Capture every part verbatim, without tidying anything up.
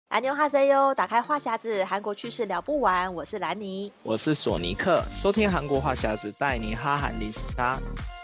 안녕하세요，打开话匣子，韩国趣事聊不完。我是兰妮， 我是索尼克，收听韩国话匣子，带你哈韩零时差。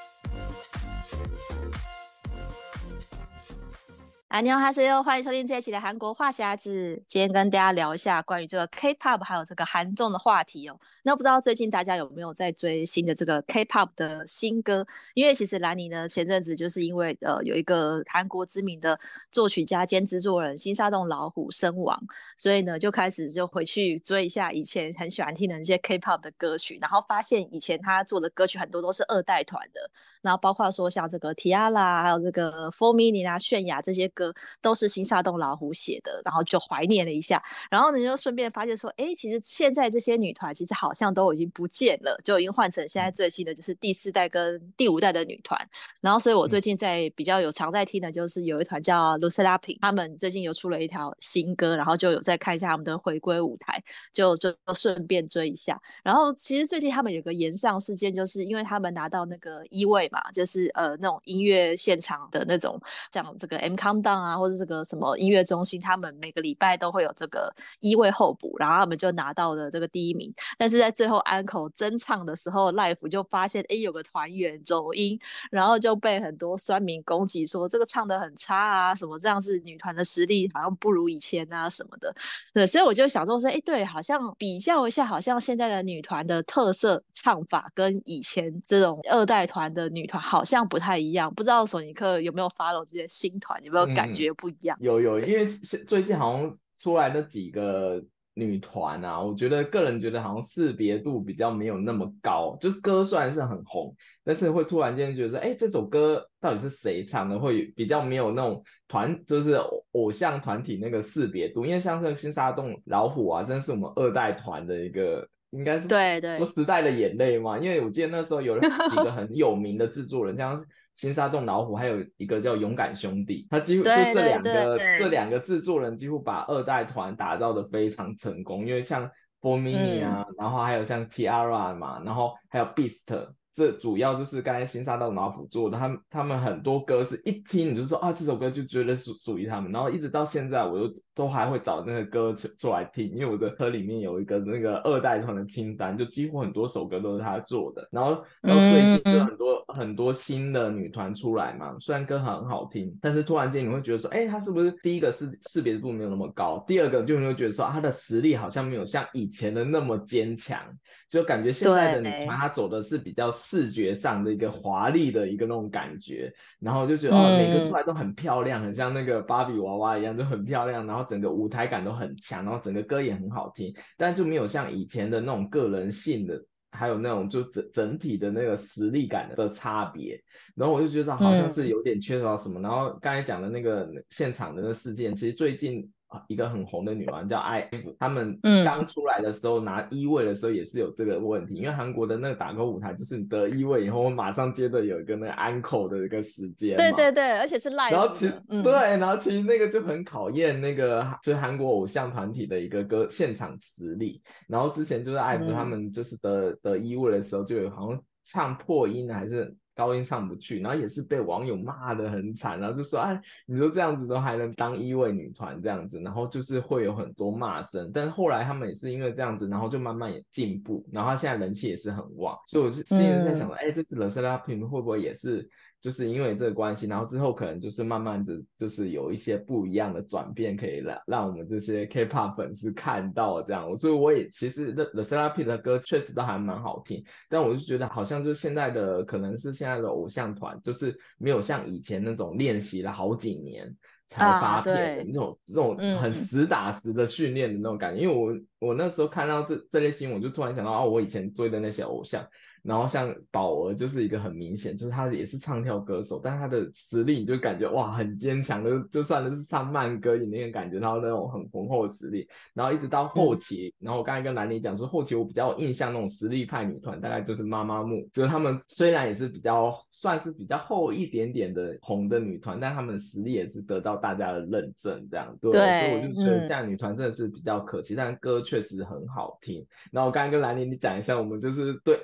안녕하세요，欢迎收听这一期的韩国话匣子。今天跟大家聊一下关于这个 K-pop 还有这个韩综的话题哦。那不知道最近大家有没有在追新的这个 K-pop 的新歌？因为其实兰妮呢，前阵子就是因为呃有一个韩国知名的作曲家兼制作人新沙洞老虎身亡，所以呢就开始就回去追一下以前很喜欢听的那些 K-pop 的歌曲，然后发现以前他做的歌曲很多都是二代团的，然后包括说像这个 T-ara 还有这个 Four Minute 啊、泫雅这些歌。都是新沙洞老虎写的，然后就怀念了一下，然后呢就顺便发现说，哎，其实现在这些女团其实好像都已经不见了，就已经换成现在最新的就是第四代跟第五代的女团。然后所以我最近在比较有常在听的就是有一团叫 LESSERAFIM， 他们最近有出了一条新歌，然后就有在看一下他们的回归舞台，就就顺便追一下。然后其实最近他们有个延上事件，就是因为他们拿到那个一位嘛，就是呃那种音乐现场的那种像这个 M Countdown 啊，或者这个什么音乐中心，他们每个礼拜都会有这个一位候补，然后他们就拿到了这个第一名。但是在最后安口真唱的时候 ，Live 就发现，哎，有个团员走音，然后就被很多酸民攻击说这个唱的很差啊，什么这样是女团的实力好像不如以前啊什么的。对，所以我就想说说，哎，对，好像比较一下，好像现在的女团的特色唱法跟以前这种二代团的女团好像不太一样。不知道索尼克有没有 follow 这些新团，有没有感嗯， 觉不一样？ 有有，因为最近好像出来那几个女团啊，我觉得个人觉得好像识别度比较没有那么高，就是歌虽然是很红，但是会突然间觉得说，哎，这首歌到底是谁唱的，会比较没有那种团，就是偶偶像团体那个识别度，因为像是新沙洞老虎啊，真是我们二代团的一个。应该是对对， 说时代的眼泪嘛，因为我记得那时候有几个很有名的制作人，像新沙洞老虎，还有一个叫勇敢兄弟，他几乎就这对对两个这对， 两个制作人几乎把二代团打造的非常成功，因为像 Four Mini 嗯啊，然后还有像 T-ara 嘛，然后还有 Beast。这主要就是刚才新沙洞老虎做的，他们他们很多歌是一听你就说啊，这首歌就觉得属属于他们，然后一直到现在我都都还会找那个歌出出来听，因为我的车里面有一个那个二代团的清单，就几乎很多首歌都是他做的。然后到最近就嗯， 很多很多新的女团出来嘛，虽然歌很好听，但是突然间你会觉得说，哎，他是不是第一个是识别度没有那么高，第二个就你会觉得说他的实力好像没有像以前的那么坚强，就感觉现在的女团对， 她走的是比较视觉上的一个华丽的一个那种感觉，然后就觉得哦，每个出嗯来都很漂亮，很像那个芭比娃娃一样，就很漂亮，然后整个舞台感都很强，然后整个歌也很好听，但就没有像以前的那种个人性的。还有那种就整整体的那个实力感的差别，然后我就觉得好像是嗯。 有点缺少什么。然后刚才讲的那个现场的那个事件，其实最近一个很红的女团叫 I F，他们刚嗯， 出来的时候拿一位的时候也是有这个问题，因为韩国的那个打歌舞台就是你得一位以后，马上接着有一个那个安口的一个时间嘛。 对对对，而且是然后 live 其实的， 对， 嗯然后其实那个就很考验那个就是韩国偶像团体的一个歌现场实力。然后之前就是艾弗他嗯们就是得得一位的时候，就有好像唱破音还是高音上不去，然后也是被网友骂的很惨，然后就说哎，你说这样子都还能当一位女团这样子，然后就是会有很多骂声。但是后来他们也是因为这样子，然后就慢慢也进步，然后他现在人气也是很旺，所以我是心里在想嗯说，哎，这次 LESSERAFIM 会不会也是？就是因为这个关系，然后之后可能就是慢慢的就是有一些不一样的转变，可以让让我们这些 K-pop 粉丝看到这样。所以我也其实 The Therapy 的歌确实都还蛮好听，但我就觉得好像就是现在的可能是现在的偶像团，就是没有像以前那种练习了好几年才啊， 发片的对， 那种这种很嗯实打实的训练的那种感觉。因为我我那时候看到这这类新闻，我就突然想到哦，我以前追的那些偶像。然后像宝儿就是一个很明显，就是他也是唱跳歌手，但是他的实力你就感觉哇很坚强的，就算是唱慢歌你那个感觉，然后那种很浑厚的实力，然后一直到后嗯期，然后我刚才跟兰妮讲说，后期我比较有印象那种实力派女团，大概就是妈妈木，就是他们虽然也是比较算是比较后一点点的红的女团，但他们的实力也是得到大家的认证，这样对，所以我就对， 觉得这嗯。 样女团真的是比较可惜，但歌确实很好听。然后我刚才跟兰妮你讲一下，我们就是对二代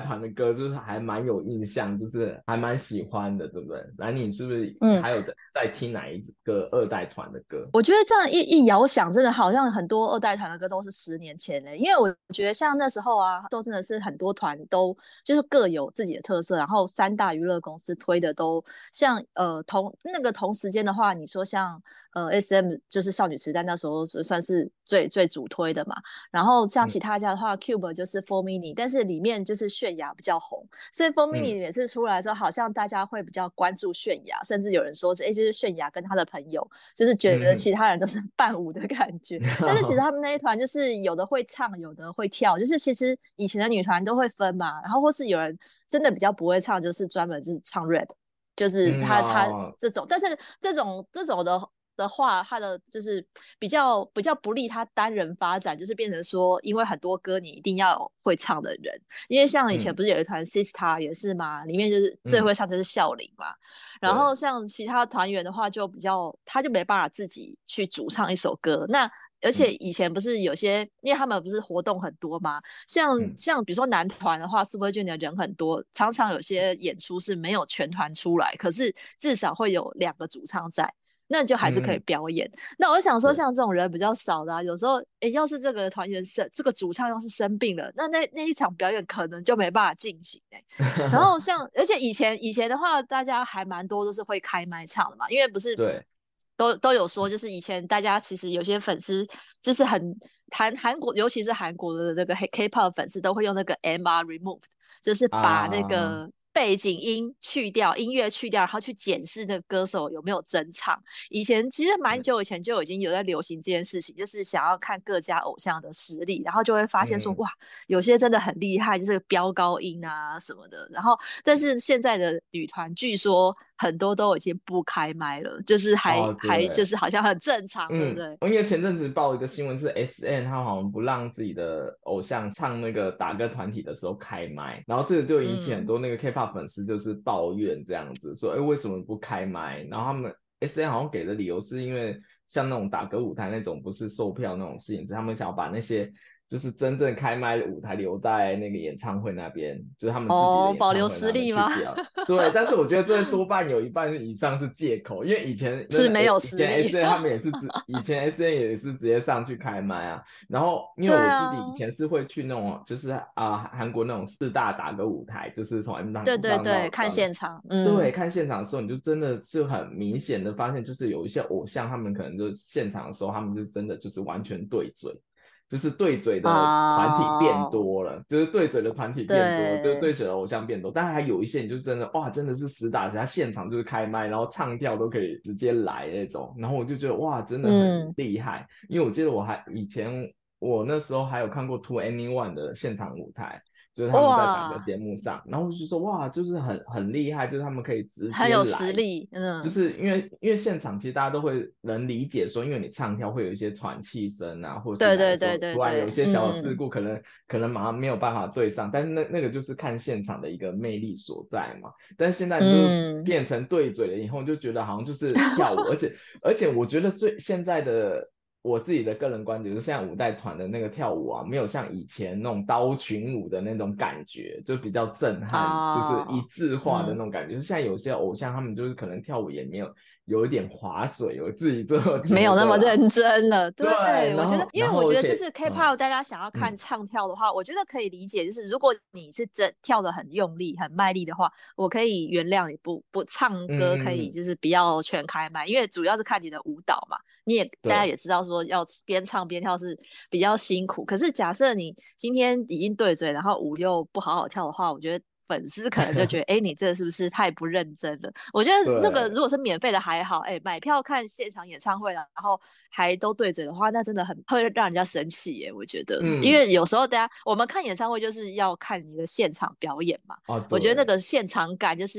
团的歌就是还蛮有印象，就是还蛮喜欢的，对不对？来，你是不是嗯， 还有在在听哪一个二代团的歌？ 我觉得这样一一遥想，真的好像很多二代团的歌都是十年前的，因为我觉得像那时候啊，都真的是很多团都就是各有自己的特色，然后三大娱乐公司推的都像呃同那个同时间的话，你说像呃 S M 就是少女时代那时候算是最最主推的嘛，然后像其他家的话、嗯、，Cube 就是 Four Mini， 但是里面就是泫雅比较红，所以 Four Mini 每次出来的时候，好像大家会比较关注泫雅，甚至有人说，哎，就是泫雅跟他的朋友。就是觉得其他人都是伴舞的感觉，嗯、但是其实他们那一团就是有的会唱，有的会跳，就是其实以前的女团都会分嘛，然后或是有人真的比较不会唱，就是专门就是唱 rap， 就是他、嗯、他这种，但是这种这种的。的话，他的就是比较比较不利他单人发展，就是变成说，因为很多歌你一定要有会唱的人，因为像以前不是有一团 Sistar 也是嘛，里面就是最会唱就是孝琳嘛，嗯、然后像其他团员的话就比较，他就没办法自己去主唱一首歌，那。而且以前不是有些，因为他们不是活动很多嘛，像、嗯、像比如说男团的话 ，Super Junior 人很多，常常有些演出是没有全团出来，可是至少会有两个主唱在。那就还是可以表演。嗯、那我想说，像这种人比较少的、啊，有时候，哎，要是这个团员生，这个主唱要是生病了，那那那一场表演可能就没办法进行哎、欸。然后像，而且以前以前的话，大家还蛮多都是会开麦唱的嘛，因为不是对。 都都有说，就是以前大家其实有些粉丝就是很韩韩国，尤其是韩国的那个 K-pop 粉丝都会用那个 M R removed， 就是把那个。啊背景音去掉，音乐去掉，然后去检视那个歌手有没有真唱。以前其实蛮久以前就已经有在流行这件事情，就是想要看各家偶像的实力，然后就会发现说，嗯、哇，有些真的很厉害，就是飙高音啊什么的。然后，但是现在的女团据说很多都已经不开麦了，就是还、哦、还就是好像很正常，嗯、对不对？ 因为前阵子报一个新闻是 S M 他好像不让自己的偶像唱那个打歌团体的时候开麦，然后这个就引起很多那个 K-pop 粉丝就是抱怨这样子，嗯、说哎为什么不开麦？然后他们 S M 好像给的理由是因为像那种打歌舞台那种不是售票那种事情，他们想要把那些就是真正开麦的舞台留在那个演唱会那边，就是他们自己的演唱会那边去表、哦、对，但是我觉得这多半有一半以上是借口，因为以前是没有实力， 以前 S M 他们也是以前 S M 也是直接上去开麦啊。然后因为我自己以前是会去那种就是啊韩、呃、国那种四大打歌舞台，就是从 M 档对对对看现场， 嗯，对，看现场的时候你就真的是很明显的发现，就是有一些偶像他们可能就现场的时候，他们就真的就是完全对嘴。就是对嘴的团体变多了， oh, 就是对嘴的团体变多了，就是对嘴的偶像变多，但还有一些你就是真的哇，真的是实打实，他现场就是开麦，然后唱跳都可以直接来那种，然后我就觉得哇，真的很厉害，嗯、因为我记得我还以前我那时候还有看过 To Anyone 的现场舞台。就是他们在打歌节目上，然后我就说哇，就是很很厉害，就是他们可以直接来， 很有实力，嗯， 就是因为因为现场其实大家都会能理解说，因为你唱跳会有一些喘气声啊，或者是对对对突然有一些小事故，可能、嗯、可能马上没有办法对上，但是那那个就是看现场的一个魅力所在嘛。但是现在你就变成对嘴了以后，就觉得好像就是跳舞，而且而且我觉得最现在的。我自己的个人观点就是现在五代团的那个跳舞啊，没有像以前那种刀群舞的那种感觉，就比较震撼，哦、就是一致化的那种感觉。嗯、现在有些偶像他们就是可能跳舞也没有有一点划水，我自己这么没有那么认真了。对， 对我觉得，因为我觉得就是 K-pop 大家想要看嗯、 唱跳的话，我觉得可以理解，就是如果你是真跳得很用力、很卖力的话，我可以原谅你不不唱歌，可以就是不要全开麦，嗯、因为主要是看你的舞蹈嘛。你也大家也知道说要边唱边跳是比较辛苦，可是假设你今天已经对嘴，然后舞又不好好跳的话，我觉得粉丝可能就觉得哎，你这是不是太不认真了？我觉得那个如果是免费的还好，哎，买票看现场演唱会然后还都对嘴的话，那真的很会让人家生气耶。我觉得，嗯、因为有时候大家我们看演唱会就是要看你的现场表演嘛，哦、我觉得那个现场感就是。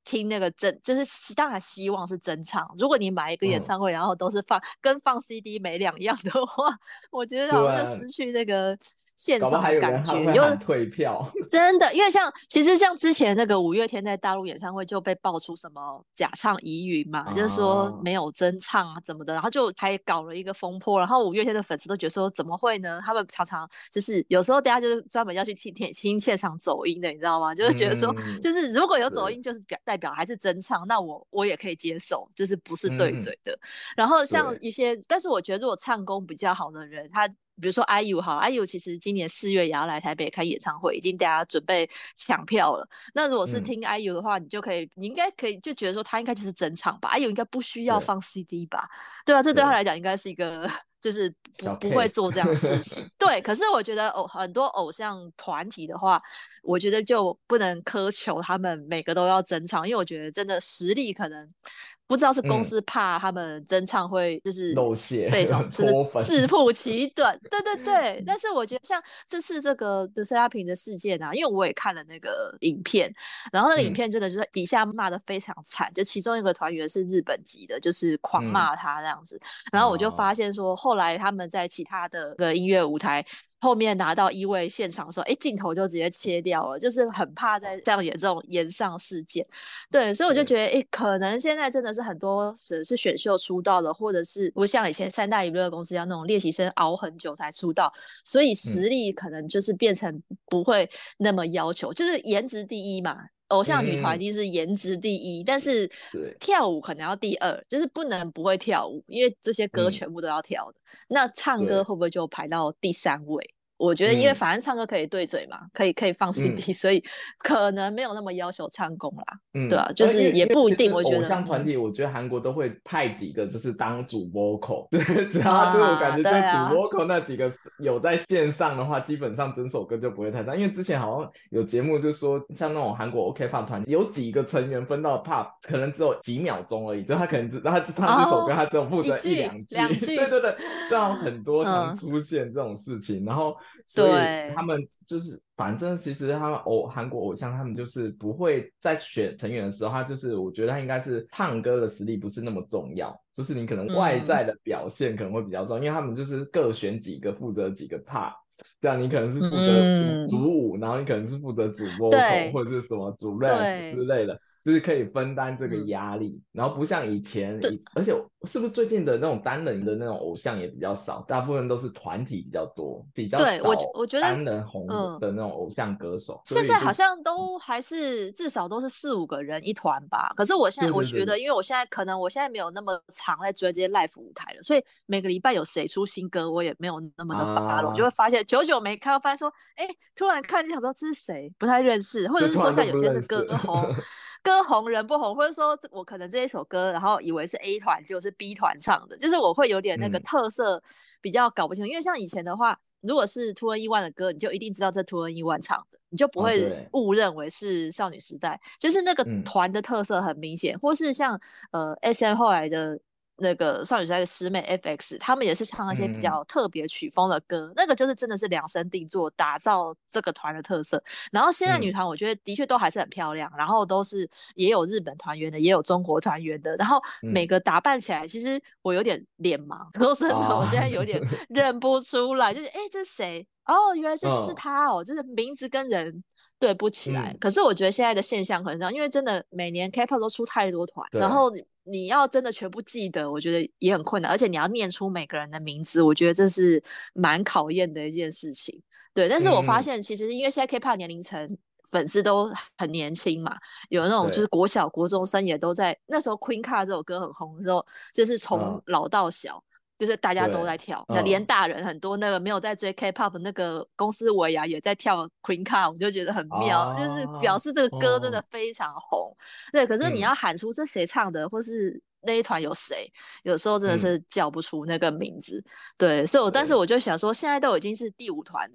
听那个真，就是当然希望是真唱。如果你买一个演嗯， 唱会，然后都是放跟放 C D 没两样的话，我觉得好像就对啊， 失去那个现场的搞不好还有人还感觉。就会喊退票。 真的，因为像其实像之前那个五月天在大陆演唱会就被爆出什么假唱疑云嘛，就是说啊， 没有真唱啊怎么的，然后就还搞了一个风波，然后五月天的粉丝都觉得说怎么会呢？他们常常就是有时候大家就是专门要去听听听现场走音的，你知道吗？就是觉得说， 嗯， 就是如果有走对， 音，就是表代表还是真唱，那我我也可以接受，就是不是对嗯， 嘴的。然后像对， 一些，但是我觉得如果唱功比较好的人，他比如说 I U 好，I U 其实今年四月也要来台北开演唱会，已经大家准备抢票了。那如果是嗯， 听 I U 的话，你就可以，你应该可以就觉得说他应该就是整场吧，I U 应该不需要对， 放 C D 吧？对啊，这对他对， 来讲应该是一个就是不小不会 case。 做这样的事情。对，可是我觉得偶很多偶像团体的话，我觉得就不能苛求他们每个都要真唱，因为我觉得真的实力可能不知道是公嗯， 司怕他们真唱会就是露馅被什么，就是脱粉。 自曝其短。对对对，但是我觉得像这次这个就是拉平的事件啊，因为我也看了那个影片，然后那个影嗯片真的就是底下骂的非常惨，就其中一个团员是日本籍的，就是狂嗯， 骂他这样子。然后我就发哦， 现说，后来他们在其他的个音乐舞台后面拿到一位现场的时候，哎，镜头就直接切掉了，就是很怕在这样演这种延上事件。对，所以我就觉对， 得，哎，可能现在真的是很多是是选秀出道的，或者是不像以前三大娱乐公司一样那种练习生熬很久才出道，所以实嗯力可能就是变成不会那么要求，就是颜值第一嘛。偶像女团一嗯嗯， 定是颜值第一，但是对， 跳舞可能要第二，就是不能不会跳舞，因为这些歌嗯全部都要跳的。那唱歌对， 会不会就排到第三位？我觉得，因为嗯反正唱歌可以对嘴嘛，可以可以放嗯 C D，所以可能没有那么要求唱功啦。对嗯， 啊，就呃，因是为因为也不一定。 其实偶我觉得，嗯像团体，我觉得韩国都会派几个就是当主 vocal。对，只要就是我感啊， 觉就是主对啊， vocal 那几个有在线上的话，基本上整首歌就不会太差。因为之前好像有节目就说，像那种韩国 OK pop 团，有几个成员分到 pop，可能只有几秒钟而已，就他可能只他唱这首歌， 哦， 他只有负一责一句两句。 两对句， 对对，这样很多常嗯， 出现这种事情，然后所以他对， 们就是反正其实他们偶韩国偶像他们就是不会在选成员的时候，他就是我觉得他应该是唱歌的实力不是那么重要，就是你可能外嗯在的表现可能会比较重要，因为他们就是各选几个负责几个 part。这样你可能是负责主主嗯， 舞，然后你可能是负责主 vocal 对或者是什么主 rap 之对， 类的，就是可以分担这个嗯， 压力，然后不像以前对以，而且是不是最近的那种单人的那种偶像也比较少，大部分都是团体比较多，比较对，我少我觉得， 单人红的嗯。 的那种偶像歌手，所以就现在好像都还是至少都是四五个人一团吧。可是我现在对对对对我觉得，因为我现在可能我现在没有那么常在追这些 live 舞台了，所以每个礼拜有谁出新歌，我也没有那么的 follow，就啊， 会发现久久没看到，发现说，哎，突然看就想说这是谁，不太认识，或者是说就突然就像有些是不认识。 歌红，歌红人不红，或者说我可能这一首歌，然后以为是 A 团，结果是 B 团唱的，就是我会有点那个嗯特色比较搞不清楚，因为像以前的话。如果是 Two N E One 的歌，你就一定知道这 Two N E One 唱的，你就不啊， 会对， 误认为是少女时代。就是那个嗯团的特色很明显，或是像呃 S M 后来的那个少女时代的师妹 F X，他们也是唱一些比嗯较特别曲风的歌，那个就是真的是量身定做，打造这个团的特色。然后现在女嗯团，我觉得的确都还是很漂亮，然后都是也有日本团员的，也有中国团员的，然后每嗯个打扮起来，其实我有点脸盲，说真的，我现啊， 在有点认不出来，就是哎，这是谁？哦，原来是是嗯他哦，就是名字跟人对不起来。 嗯， 可是我觉得现在的现象可能这样，因为真的每年 K-pop 都出太多团，然对， 后你你要真的全部记得，我觉得也很困难，而且你要念出每个人的名字，我觉得这是蛮考验的一件事情。对，但是我发嗯嗯现其实因为现在 K-pop 年龄层粉丝都很年轻嘛，有那种就是对， 国小、国中生也都在那时候 Queen Card 这首歌很红的时候，就是从嗯老到小。就是大家都对， 在跳，那连嗯大人很多那个没有在追 K-pop 那个公司尾牙也在跳 Queen Card，我就觉得很妙，就是表啊， 示这个歌真的哦， 非常红。对，可是你嗯要喊出这谁唱的，或是那一团有谁，有时候真的嗯， 是叫不出那个名字。对，所以我但是对， 我就想说，现在都已经是第五团了。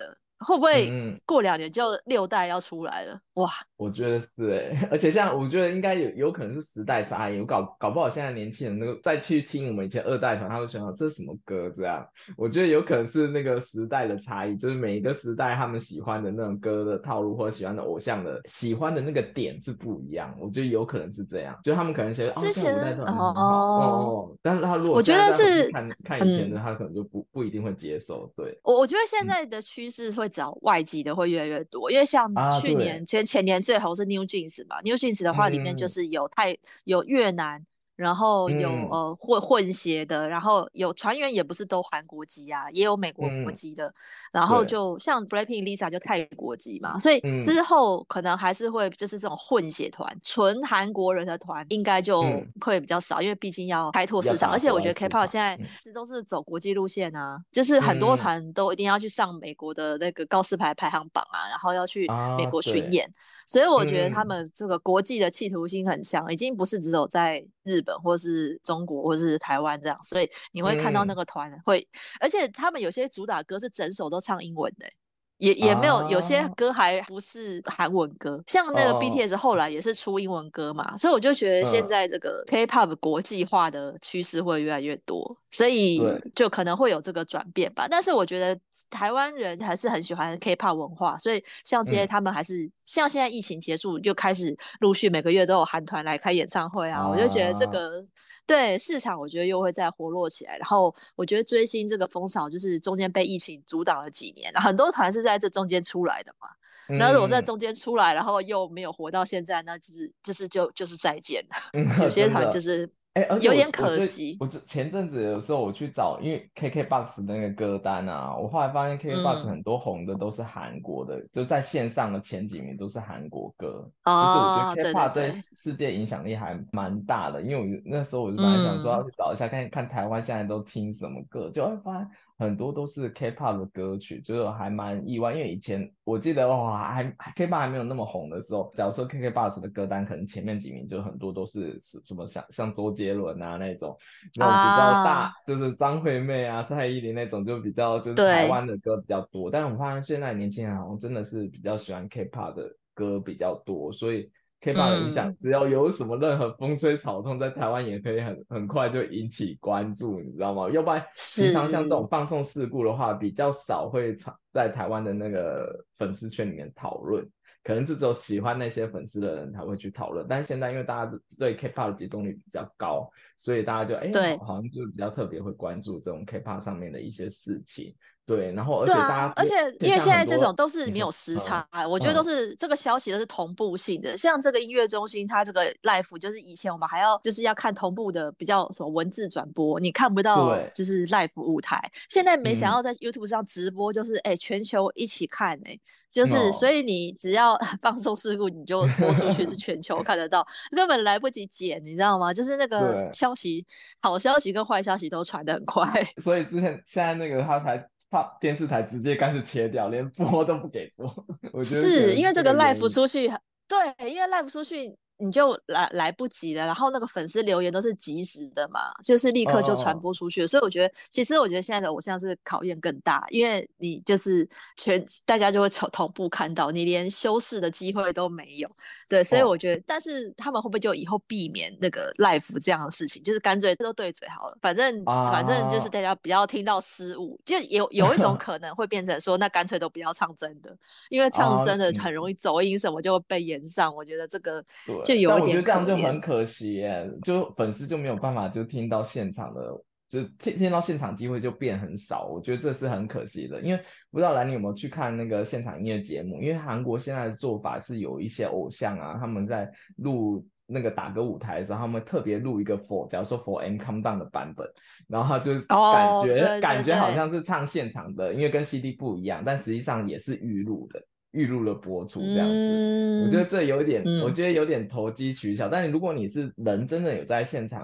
会不会嗯嗯， 过两年就六代要出来了？哇！ 我觉得是哎，而且像我觉得应该有有可能是时代差异，我搞搞不好现在年轻人那个再去听我们以前二代团，他会想到这是什么歌这样。我觉得有可能是那个时代的差异，就是每一个时代他们喜欢的那种歌的套路或者喜欢的偶像的喜欢的那个点是不一样。我觉得有可能是这样，就他们可能觉得哦之前现在五代团很好，哦哦， 哦，但是他如果我觉现在再回去得是， 看看以前的， 嗯， 他可能就不不一定会接受。对， 我我觉得现嗯在的趋势会找外籍的会越来越多，因为像啊对， 去年前前年最红是 New Jeans 嘛，New Jeans 的话里面就嗯是有泰有越南，然后有嗯呃混混血的，然后有船员也不是都韩国籍啊，也有美国嗯， 籍的，然后对， 就像 Blackpink Lisa 就泰国籍嘛，所以嗯之后可能还是会就是这种混血团，纯韩国人的团应该就嗯。 会比较少，因为毕竟要开拓市场， 要打国而且我觉得外市 K-pop 场。 现在嗯一直都是走国际路线啊，就是很多嗯团都一定要去上美国的那个告示牌排行榜啊，然后要去美啊， 国巡对， 演，所以我觉得他嗯们这个国际的企图心很强，已经不是只有在日本或是中国或是台湾这样，所以你会看到那嗯个团会，而且他们有些主打歌是整首都唱英文的欸。也也没有，有些啊， 歌还不是韩文歌，像那个哦 B T S 后来也是出英文歌嘛，所以我就觉得现嗯， 在这个 K-pop 国际化的趋势会越来越多，所以对， 就可能会有这个转变吧。但是我觉得台湾人还是很喜欢 K-pop 文化，所以像这些嗯他们还是像现在疫情结束，就开始陆续每个月都有韩团来开演唱会啊，我就觉得这啊， 个对市场，我觉得又会再活络起来。然后我觉得追星这个风潮，就是中间被疫情阻挡了几年，很多团是在这中间出来的嘛。然后如果在嗯中间出来，然后又没有活到现在，那就是就是就就是再见了。 嗯， 有些真的。 团就是哎，而且有点我我最可惜。 我这前阵子有时候我去找，因为 K K B O X 的那个歌单啊，我后来发现 K K B O X 嗯， 很多红的都是韩国的，就在线上的前几名都是韩国歌。就是我觉得哦，对对 K-pop 对对， 世界影响力还蛮大的，因为我那时候我就本来想说要嗯， 去找一下看看台湾现在都听什么歌，就会发现很多都是 K-pop 的歌曲，就是还蛮意外。因为以前我记得哇，还 K-pop 还没有那么红的时候，假如说 K K B O X 的歌单，可能前面几名就很多都是是什么像像周杰伦啊那种那种比较大， 啊， 就是张惠妹啊、蔡依林那种，就比较就是台对湾的歌比较多。但我发现现在年轻人好像真的是比较喜欢 K-pop 的歌比较多，所以 K-pop 的影响， 嗯， 只要有什么任何风吹草动，在台湾也可以很很快就引起关注，你知道吗？要不然平常像这种是， 放送事故的话，比较少会常在台湾的那个粉丝圈里面讨论。可能是只有喜欢那些粉丝的人才会去讨论，但是现在因为大家对 K-pop 的集中率比较高，所以大家就哎好对。 好像就比较特别会关注这种 K-pop 上面的一些事情。对，然后而对啊， 且大家知， 而且而且因为现在这像很多种都是没有你说，嗯时差，我觉得都嗯， 是这个消息都是同步性的。像这个音乐中心，它这个 live 就是以前我们还要就是要看同步的比较什么文字转播，你看不到对， 就是 live 舞台。现在没想嗯到在 YouTube 上直播，就是哎全球一起看哎、就是所哦， 以你只要放送事故，你就播出去是全球看得到，根本来不及剪，你知道吗？就是那个对， 消息，好消息跟坏消息都传得很快。 所以之前现在那个他才怕电视台直接干脆切掉，连播都不给播，我觉得可能是这是因为这个个原 live 因。 出去，对，因为 live 出去你就来来不及了，然后那个粉丝留言都是及时的嘛，就是立嗯刻就传嗯播出去了，所以我觉得，其实我觉得现在的偶像是考验更大，因为你就是全大家就会同同步看到，你连修饰的机会都没有，对，所以我哦觉得，但是他们会不会就以后避免那个 live 这样的事情，就是干脆都对嘴好了，反正反正就是啊， 大家不要听到失误，就有有一种可能会变成说，那干脆都不要唱真的。因为唱啊， 真的很容嗯。 易走音，什么就会被延上。我觉得这个对， 就有一点但我觉得这样就很可怜。 可惜耶，就粉丝就没有办法就听到现场的，就听听到现场机会就变很少，我觉得这是很可惜的。因为不知道兰你有没有去看那个现场音乐节目？因为韩国现在的做法是有一些偶像啊，他们在录那个打歌舞台的时候，他们特别录一个 for，假如说 for M Come Down 的版本，然后他就感哦， 觉对对感觉好对， 像是唱现场的，因为跟 C D 不一样，但实际上也是预录的。预录了播出这样子，我觉得嗯这有点，我嗯， 觉得有点投机取巧。但是如果你是人真的有在现场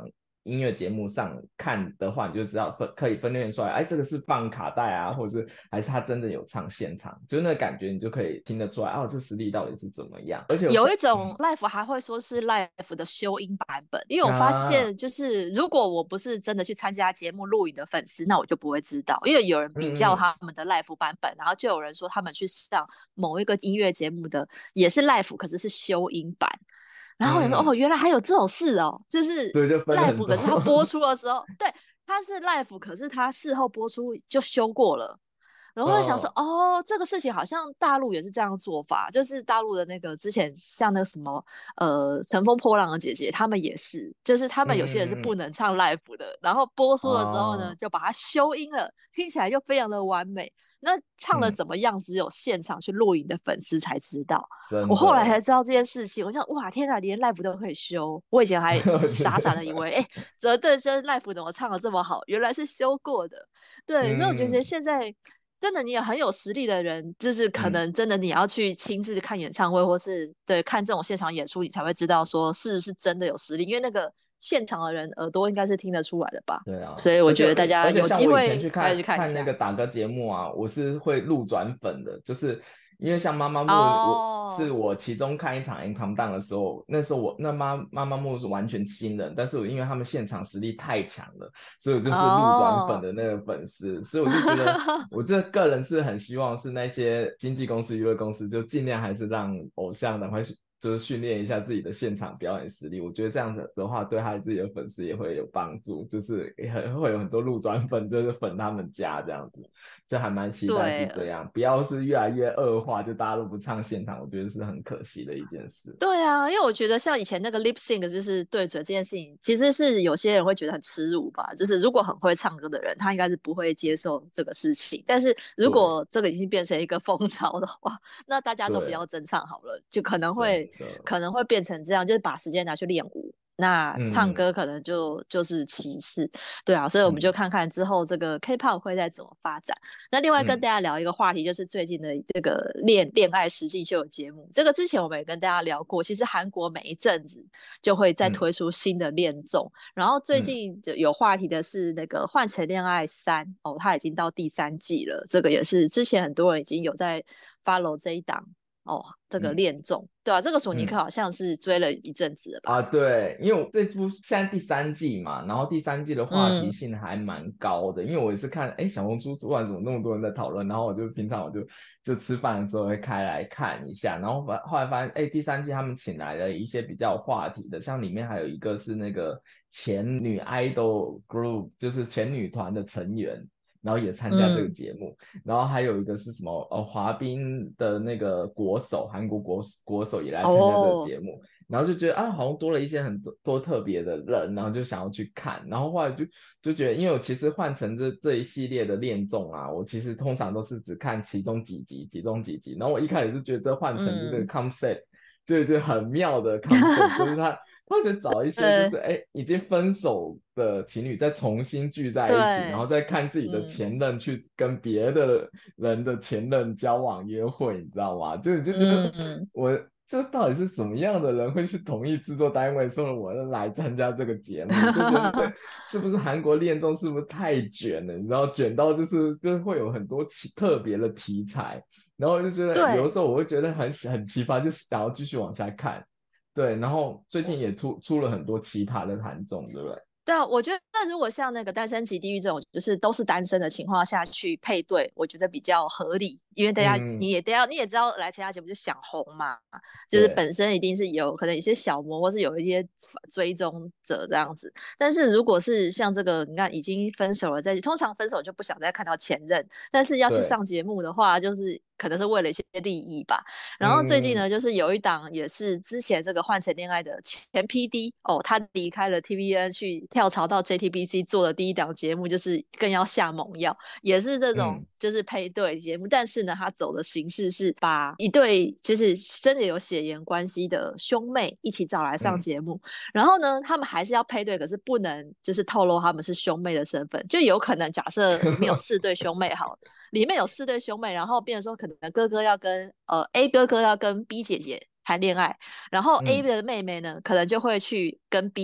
音乐节目上看的话，你就知道分可以分辨出来，哎，这个是放卡带啊，或者是还是他真的有唱现场，就那个感觉你就可以听得出来，哦，这实力到底是怎么样。而且我在有一种嗯 live 还会说是 live 的修音版本，因为我发啊现就是如果我不是真的去参加节目录影的粉丝，那我就不会知道，因为有人比较嗯嗯他们的 live 版本，然后就有人说他们去上某一个音乐节目的也是 live，可是是修音版。然后我想说，哦， 嗯， 原来还有这种事哦，就是对，就分了很 live， 多。 可是它播出的时候，对，它是 live，可是它事后播出就修过了。然后我就想说， 嗯哦，这个事情好像大陆也是这样做法，就是大陆的那个之前像那个什么，呃，乘风破浪的姐姐，他们也是，就是他们有些人是嗯嗯嗯不能唱 live 的，然后播出的时候呢， 哦， 就把它修音了，听起来就非常的完美。那唱的嗯， 怎么样，只有现场去录影的粉丝才知道。我后来才真的， 知道这件事情，我想，哇，天哪，连 live 都可以修，我以前还我觉傻傻的以得， 为，哎，泽对，就是 live 怎么唱的这么好，原来是修过的。对，所以我就觉得嗯现在真的你也很有实力的人，就是可嗯。 能真的你要去亲自看演唱会，或是对看这种现场演出，你才会知道说是不是真的有实力，因为那个现场的人耳朵应该是听得出来的吧。 对啊， 所以我而且觉得大家而且有机像我以前会可以去去看看那看一下。 个打歌节目啊，我是会路转粉的，就是因为像妈妈木，我是哦， 我其中看一场 Income Down 的时候，那时候我那妈妈妈木是完全新人，但是我因为他们现场实力太强了，所以我就是路转粉哦， 的那个粉丝，所以我就觉得我这个人是很希望是那些经纪公司、娱乐公司就尽量还是让偶像赶快去就是训练一下自己的现场表演实力。我觉得这样子的话，对他自己的粉丝也会有帮助，就是也很会有很多路转粉，就是粉他们家这样子。这还蛮期待是对， 这样，不要是越来越恶化，就大家都不唱现场，我觉得是很可惜的一件事。 对啊，因为我觉得像以前那个 lip sync 就是对嘴这件事情，其实是有些人会觉得很耻辱吧。就是如果很会唱歌的人，他应该是不会接受这个事情。但是如对果这个已经变成一个风潮的话，那大家都不对， 要真唱好了，就可能真会的， 可能会变成这样，就是把时间拿去练舞。那唱嗯歌可能就就是其次，对啊，所以我们就嗯看看之后这个 K-pop 会再怎么发展。那另外跟嗯大家聊一个话题，就是最近的这个恋恋爱实境秀的节目。这个之前我们也跟大家聊过，其实韩国每一阵子就会再嗯推出新的恋综，然后最嗯近就有话题的是那个《换乘恋爱三》哦，它已经到第三季了。这个也是之前很多人已经有在 follow 这一档哦，这个嗯恋综，对啊，这个索尼克嗯。 好像是追了一阵子了吧？ 啊，对，因为我这部现在第三季嘛，然后第三季的话题嗯性还蛮高的，因为我也是看，哎，小红书突然怎么那么多人在讨论，然后我就平常我就就吃饭的时候会开来看一下，然后发后来发现，哎，第三季他们请来了一些比较有话题的，像里面还有一个是那个前女 idol group，就是前女团的成员，然后也参加这个嗯节目，然后还有一个是什么，呃，滑冰的那个国手，韩国国国手也来参加这个哦节目。然后就觉得啊，好像多了一些很多多特别的人，然后就想要去看，然后后来就就觉得，因为我其实换成这这一系列的恋综啊，我其实通常都是只看其中几集，其中几集，然后我一开始就觉得这换成这个嗯， concept 就就很妙的 concept，就是他他是找一些就是呃， 哎已经分手的情侣再重新聚在一起，然后对， 再看自己的嗯前任去跟别的人的前任交往约会，你知道吗？就你就觉得嗯。 我这到底是什么样的人会去同意制作单位说我来参加这个节目？就觉得这是不是韩国恋综是不是太卷了？你知道卷到就是就是会有很多奇特别的题材，然后就觉得有的对， 时候我会觉得很很奇葩，就想要继续往下看。对，然后最近也出出了很多奇葩的韩综，对不对？ 对啊，我觉得如果像那个《单身即地狱》这种，就是都是单身的情况下去配对，我觉得比较合理，因为大家嗯， 你也得要你也知道来参加节目就想红嘛，就是对本身一定是有可能一些小模或是有一些追踪者这样子。但是如果是像这个，你看已经分手了，在通常分手就不想再看到前任，但是要去对， 上节目的话，就是可能是为了一些利益吧。然后最近嗯呢，就是有一档也是之前这个换乘恋爱的前 P D 哦，他离开了 T V N 去跳槽到 J T B C 做的第一档节目，就是更要下猛药，也是这种嗯就是配对节目，但是呢，他走的形式是把一对就是真的有血缘关系的兄妹一起找来上嗯， 节目，然后呢，他们还是要配对，可是不能就是透露他们是兄妹的身份，就有可能假设里面有四对兄妹好了，里面有四对兄妹，然后变成说可能哥哥要跟呃 A 哥哥要跟 B 姐姐谈恋爱，然后 A 嗯的妹妹呢可能就会去跟 B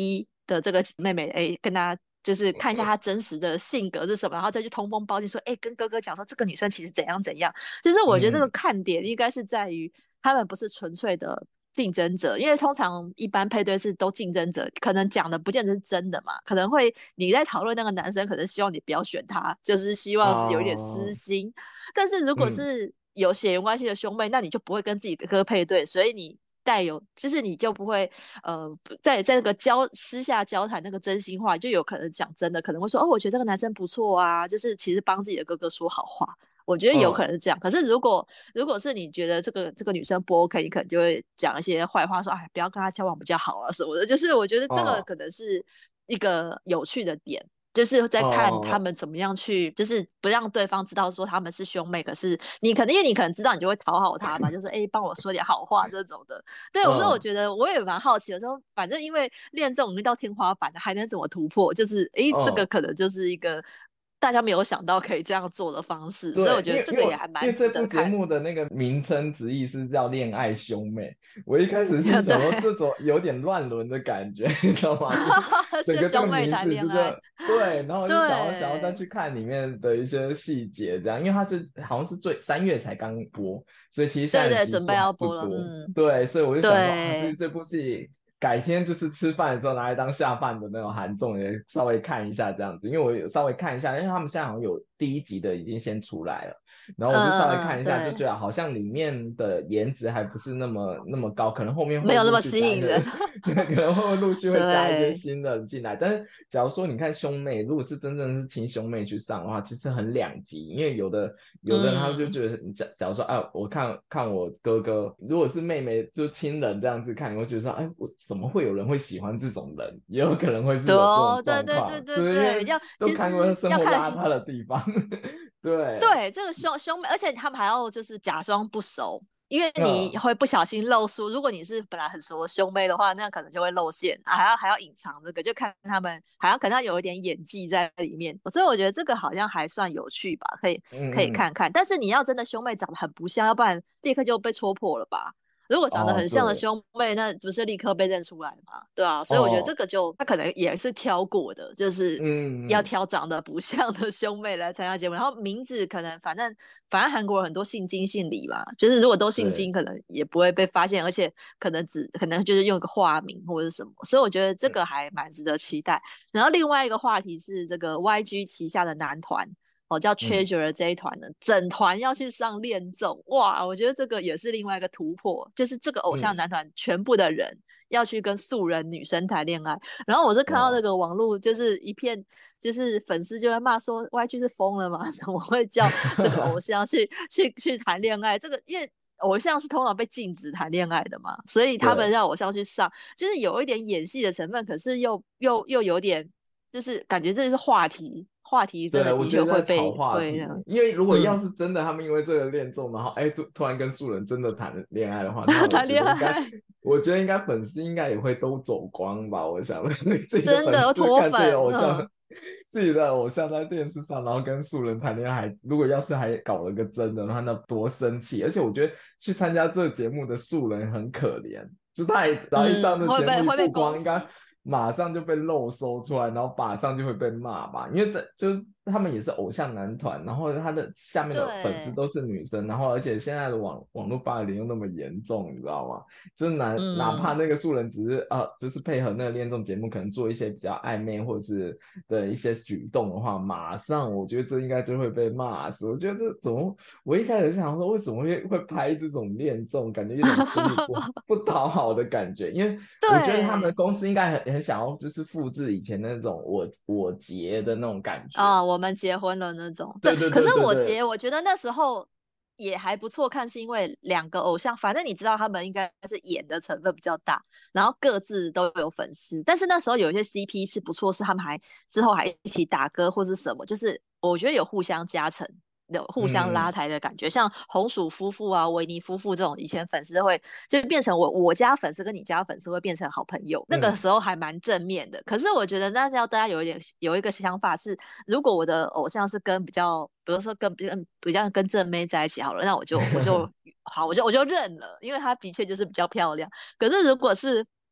的这个妹妹，哎，跟他就是看一下她真实的性格是什么，然后再去通风报信说，哎，跟哥哥讲说这个女生其实怎样怎样。就是我觉得这个嗯看点应该是在于他们不是纯粹的竞争者，因为通常一般配对是都竞争者，可能讲的不见得是真的嘛，可能会你在讨论那个男生，可能希望你不要选他，就是希望有一点私啊心。但是如果嗯是有血缘关系的兄妹，那你就不会跟自己的哥配对，所以你带有，就是你就不会呃，在在那个交私下交谈那个真心话，就有可能讲真的，可能会说哦，我觉得这个男生不错啊，就是其实帮自己的哥哥说好话。我觉得有可嗯能是这样，可是如果如果是你觉得这个这个女生不 OK，你可能就会讲一些坏话，说哎，不要跟她交往比较好啊什么的。就是我觉得这个嗯可能是一个有趣的点，就是在看他嗯们怎么样去，就是不让对方知道说他们是兄妹，可是你可能因为你可能知道，你就会讨好他嘛，就是哎，帮我说点好话这种的。对，我说我嗯， 觉得我也蛮好奇的，说反正因为练这种已经到天花板了，还能怎么突破？就是哎，这个嗯， 可能就是一个大家没有想到可以这样做的方式，所以我对， 觉得因为因为我这个也还蛮因为这部值得看。 节目的那个名称直译是叫《恋爱兄妹》，我一开始是对， 想说这种有点乱伦的感觉，你知道吗？就是整是个这个兄妹名字就谈恋爱。 是对，然后我就想要想要再对， 去看里面的一些细节，这样，因为它是好像是最三月才刚播，所以其实现在的对对，准备集数还要播了。 不多， 嗯， 对，所以我就想说啊，这对， 这部戏改天就是吃饭的时候拿来当下饭的那种韩综，也稍微看一下这样子，因为我有稍微看一下，因为他们现在好像有第一集的已经先出来了。然后我就嗯嗯嗯， 稍微看一下，就对， 觉得好像里面的颜值还不是那么那么高，可能后面会陆没有那么续加一些， 吸引人。 对，可能会陆续会加一些对， 新的进来。但是假如说你看兄妹，如果是真正是亲兄妹去上的话，其实很两极，因为有的有的人他就嗯， 觉得，假假如说，哎，我看看我哥哥，如果是妹妹就亲人这样子看，你会觉得说，哎，我怎么会有人会喜欢这种人？也有可能会是有这种对哦，对对对状况，对，因对对， 为要都其实看过生要看活邋遢的地方，对。 对，这个兄兄妹，而且他们还要就是假装不熟，因为你嗯会不小心露出。如果你是本来很熟的兄妹的话，那可能就会露馅，啊还要还要隐藏这个，就看他们还要可能要有一点演技在里面。所以我觉得这个好像还算有趣吧，可以可以嗯嗯， 看看。但是你要真的兄妹长得很不像，要不然立刻就被戳破了吧。如果长得哦， 很像的对， 兄妹，那不是立刻被认出来吗？对啊，所以我觉得这哦， 个就他可能也是挑过的，就是要嗯嗯， 挑长得不像的兄妹来参加节目，然后名字可能反正反正韩国人很多姓金姓李嘛，就是如果都姓对， 金，可能也不会被发现，而且可能只可能就是用一个化名或者是什么，所以我觉得这嗯个还蛮值得期待。然后另外一个话题是这个 Y G 旗下的男团。哦，叫嗯 Treasure 这一团的整团要去上恋综，哇！我觉得这个也是另外一个突破，就是这个偶像嗯， 男团全部的人要去跟素人女生谈恋爱。然后我是看到那哇， 个网络，就是一片，就是粉丝就会骂说 Y G 是疯了吗？怎么会叫这个偶像去去去谈恋爱？这个因为偶像是通常被禁止谈恋爱的嘛，所以他们对让偶像去上，就是有一点演戏的成分，可是又又又有点，就是感觉这是话题，话题真对， 的的确我觉得在炒会被话题， 会那样。 因为如果要嗯， 是真的他们因为这个恋综，然后哎突突然跟素人真的谈恋爱的话，那我谈恋觉得应该， 爱我觉得应该粉丝应该也会都走光吧，我想自己的真的粉丝看自己的脱粉。 偶像， 嗯， 自己的偶像在电视上，然后跟素人谈恋爱，如果要是还搞了个真的，那那多生气！而且我觉得去参加这个节目的素人很可怜，就他也只要一上嗯，会这节目一被会被曝光，应该攻击。 马上就被漏搜出来，然后马上就会被骂吧，因为这就是他们也是偶像男团，然后他的下面的粉丝对， 都是女生，然后而且现在的网网络霸凌又那么严重，你知道吗？就是哪哪怕嗯， 那个素人只是啊，就是配合那个恋综节目，可能做一些比较暧昧或者是的一些举动的话，马上我觉得这应该就会被骂死。我觉得这怎么，我一开始想说为什么会会拍这种恋综，感觉有点心里不不讨好的感觉，因为我觉得他们的对公司应该很很想要就是复制以前那种我我结的那种感觉。 啊，我们结婚了那种。对， 对对可是对对对， 我结，我觉得那时候也还不错看，是因为两个偶像，反正你知道他们应该是演的成分比较大，然后各自都有粉丝。但是那时候有一些 C P 是不错，是他们还之后还一起打歌或是什么，就是我觉得有互相加成。有互相拉嗯， 抬的感觉，像红薯夫妇啊、维尼夫妇这种，以前粉丝会就变成我我家粉丝跟你家粉丝会变成好朋友，那个嗯时候还蛮正面的。可是我觉得那要大家有一点有一个想法是，如果我的偶像是跟比较，比如说跟比较比较跟正妹在一起好了，那我就我就好，我就我就认了，因为她的确就是比较漂亮。可是如果是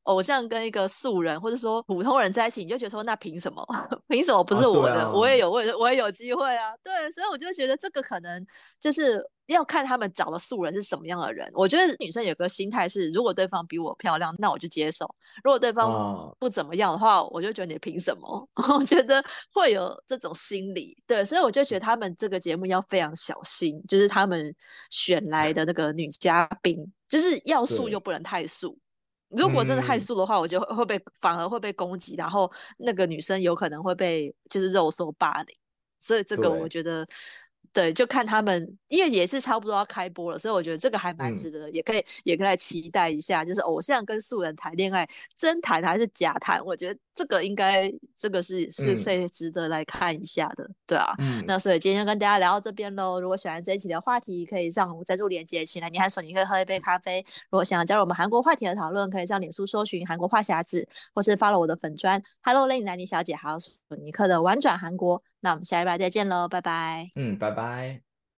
偶像跟一个素人或者说普通人在一起，你就觉得说那凭什么？凭什么不啊， 是我的？ 对啊， 我也有，我也我也有机会啊。对，所以我就觉得这个可能就是要看他们找的素人是什么样的人。我觉得女生有个心态是，如果对方比我漂亮，那我就接受；如果对方啊， 不怎么样的话，我就觉得你凭什么？我觉得会有这种心理。对，所以我就觉得他们这个节目要非常小心，就是他们选来的那个女嘉宾，就是要素又对， 不能太素。如果真的太嗯素的话，我就会被反而会被攻击，然后那个女生有可能会被就是肉搜霸凌，所以这个我对， 觉得。对，就看他们，因为也是差不多要开播了，所以我觉得这个还蛮嗯值得，也可以也可以来期待一下，就是偶像跟素人谈恋爱，真谈还是假谈？我觉得这个应该这个是是嗯是值得来看一下的，对啊。 嗯那所以今天就跟大家聊到这边喽。如果喜欢这一期的话题，可以上我赞助链接，请来你和索尼克喝一杯咖啡。如果想要加入我们韩国话题的讨论，可以上脸书搜寻韩国话匣子，或是 follow 我的粉砖 Hello 雷尼小姐，还有索尼克的玩转韩国。那我们下一拜再见喽，拜拜。 嗯，拜拜。